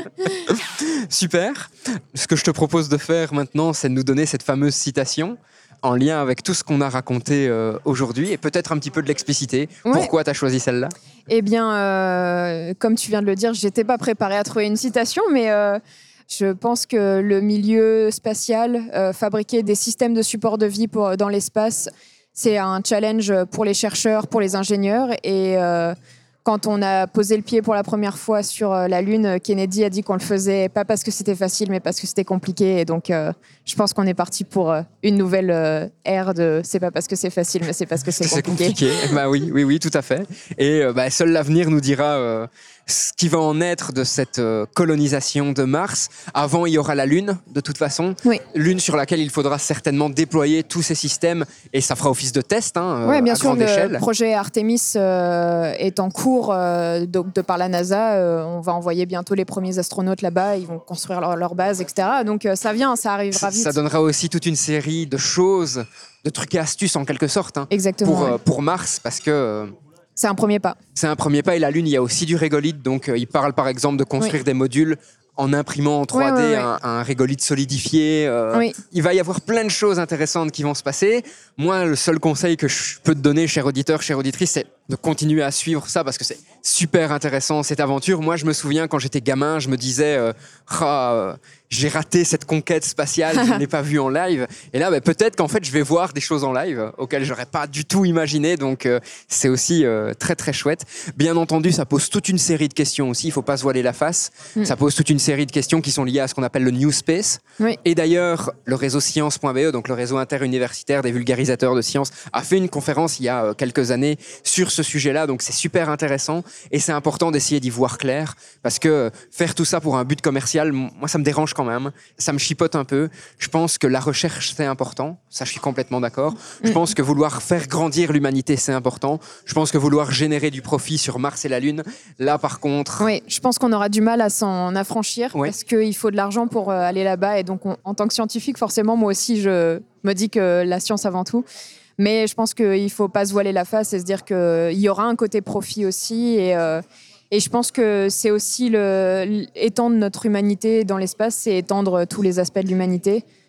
D: Super. Ce que je te propose de faire maintenant, c'est de nous donner cette fameuse citation en lien avec tout ce qu'on a raconté euh, aujourd'hui et peut-être un petit peu de l'expliciter. Ouais. Pourquoi tu as choisi celle-là ?
E: Eh bien, euh, comme tu viens de le dire, je n'étais pas préparée à trouver une citation, mais euh, je pense que le milieu spatial, euh, fabriquer des systèmes de support de vie pour, dans l'espace, c'est un challenge pour les chercheurs, pour les ingénieurs. Et euh, quand on a posé le pied pour la première fois sur la Lune, Kennedy a dit qu'on le faisait pas parce que c'était facile, mais parce que c'était compliqué. Et donc, euh, je pense qu'on est parti pour euh, une nouvelle euh, ère de c'est pas parce que c'est facile, mais c'est parce que c'est compliqué.
D: C'est compliqué. Bah oui, oui, oui, tout à fait. Et euh, bah, seul l'avenir nous dira euh, ce qui va en être de cette euh, colonisation de Mars. Avant, il y aura la Lune, de toute façon.
E: Oui.
D: Lune sur laquelle il faudra certainement déployer tous ces systèmes et ça fera office de test hein,
E: ouais, bien
D: à
E: sûr,
D: grande échelle.
E: Le projet Artemis euh, est en cours euh, de, de par la NASA. Euh, on va envoyer bientôt les premiers astronautes là-bas. Ils vont construire leur, leur base, et cetera. Donc euh, ça vient, ça arrivera vite.
D: Ça donnera aussi toute une série de choses, de trucs et astuces en quelque sorte hein,
E: Exactement,
D: pour,
E: ouais.
D: euh, pour Mars parce que... Euh,
E: c'est un premier pas.
D: C'est un premier pas et la Lune, il y a aussi du régolithe. Donc, euh, il parle par exemple de construire oui. des modules en imprimant en trois D oui, oui, oui. Un, un régolithe solidifié. Euh,
E: oui.
D: Il va y avoir plein de choses intéressantes qui vont se passer. Moi, le seul conseil que je peux te donner, cher auditeur, chère auditrice, c'est de continuer à suivre ça parce que c'est super intéressant, cette aventure. Moi, je me souviens, quand j'étais gamin, je me disais euh, ah, euh, j'ai raté cette conquête spatiale, je ne l'ai pas vue en live. Et là, bah, peut-être qu'en fait, je vais voir des choses en live auxquelles je n'aurais pas du tout imaginé. Donc, euh, c'est aussi euh, très, très chouette. Bien entendu, ça pose toute une série de questions aussi. Il ne faut pas se voiler la face. Mm. Ça pose toute une série de questions qui sont liées à ce qu'on appelle le New Space.
E: Oui.
D: Et d'ailleurs, le réseau science point b e, donc le réseau interuniversitaire des vulgarisateurs de sciences, a fait une conférence il y a euh, quelques années sur ce sujet-là. Donc, c'est super intéressant. Et c'est important d'essayer d'y voir clair. Parce que faire tout ça pour un but commercial, moi, ça me dérange quand même. Ça me chipote un peu. Je pense que la recherche, c'est important. Ça, je suis complètement d'accord. Je pense que vouloir faire grandir l'humanité, c'est important. Je pense que vouloir générer du profit sur Mars et la Lune, là, par contre...
E: Oui, je pense qu'on aura du mal à s'en affranchir oui. parce qu'il faut de l'argent pour aller là-bas. Et donc, on, en tant que scientifique, forcément, moi aussi, je me dis que la science avant tout. Mais je pense qu'il ne faut pas se voiler la face et se dire qu'il y aura un côté profit aussi. Et... Euh, Et je pense que c'est aussi le, étendre notre humanité dans l'espace, c'est étendre tous les aspects de l'humanité.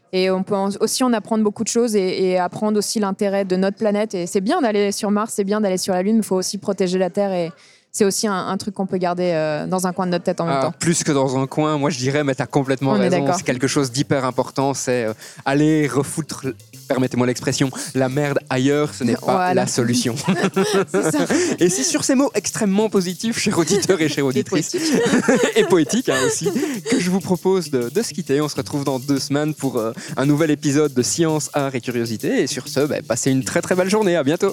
E: Et on peut aussi en apprendre beaucoup de choses et, et apprendre aussi l'intérêt de notre planète. Et c'est bien d'aller sur Mars, c'est bien d'aller sur la Lune, mais il faut aussi protéger la Terre. Et c'est aussi un, un truc qu'on peut garder euh, dans un coin de notre tête en
D: ah,
E: même temps.
D: Plus que dans un coin, moi je dirais, mais tu as complètement
E: On est
D: raison.
E: d'accord.
D: C'est quelque chose d'hyper important. C'est euh, aller refoutre, permettez-moi l'expression, la merde ailleurs, ce n'est pas
E: Voilà.
D: la solution.
E: C'est ça.
D: Et c'est sur ces mots extrêmement positifs, chers auditeurs et chères auditrices, et poétiques hein, aussi, que je vous propose de, de se quitter. On se retrouve dans deux semaines pour euh, un nouvel épisode de Science, Art et Curiosité. Et sur ce, bah, passez une très très belle journée. À bientôt.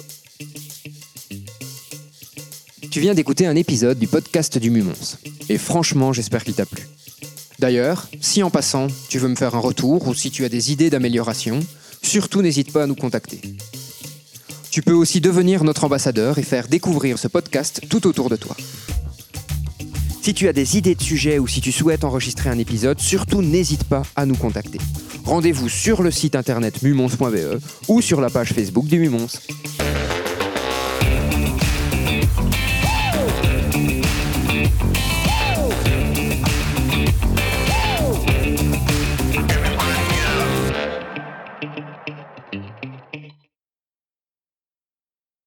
D: Tu viens d'écouter un épisode du podcast du Mumons. Et franchement, j'espère qu'il t'a plu. D'ailleurs, si en passant, tu veux me faire un retour ou si tu as des idées d'amélioration, surtout n'hésite pas à nous contacter. Tu peux aussi devenir notre ambassadeur et faire découvrir ce podcast tout autour de toi. Si tu as des idées de sujets ou si tu souhaites enregistrer un épisode, surtout n'hésite pas à nous contacter. Rendez-vous sur le site internet mumons point b e ou sur la page Facebook du Mumons.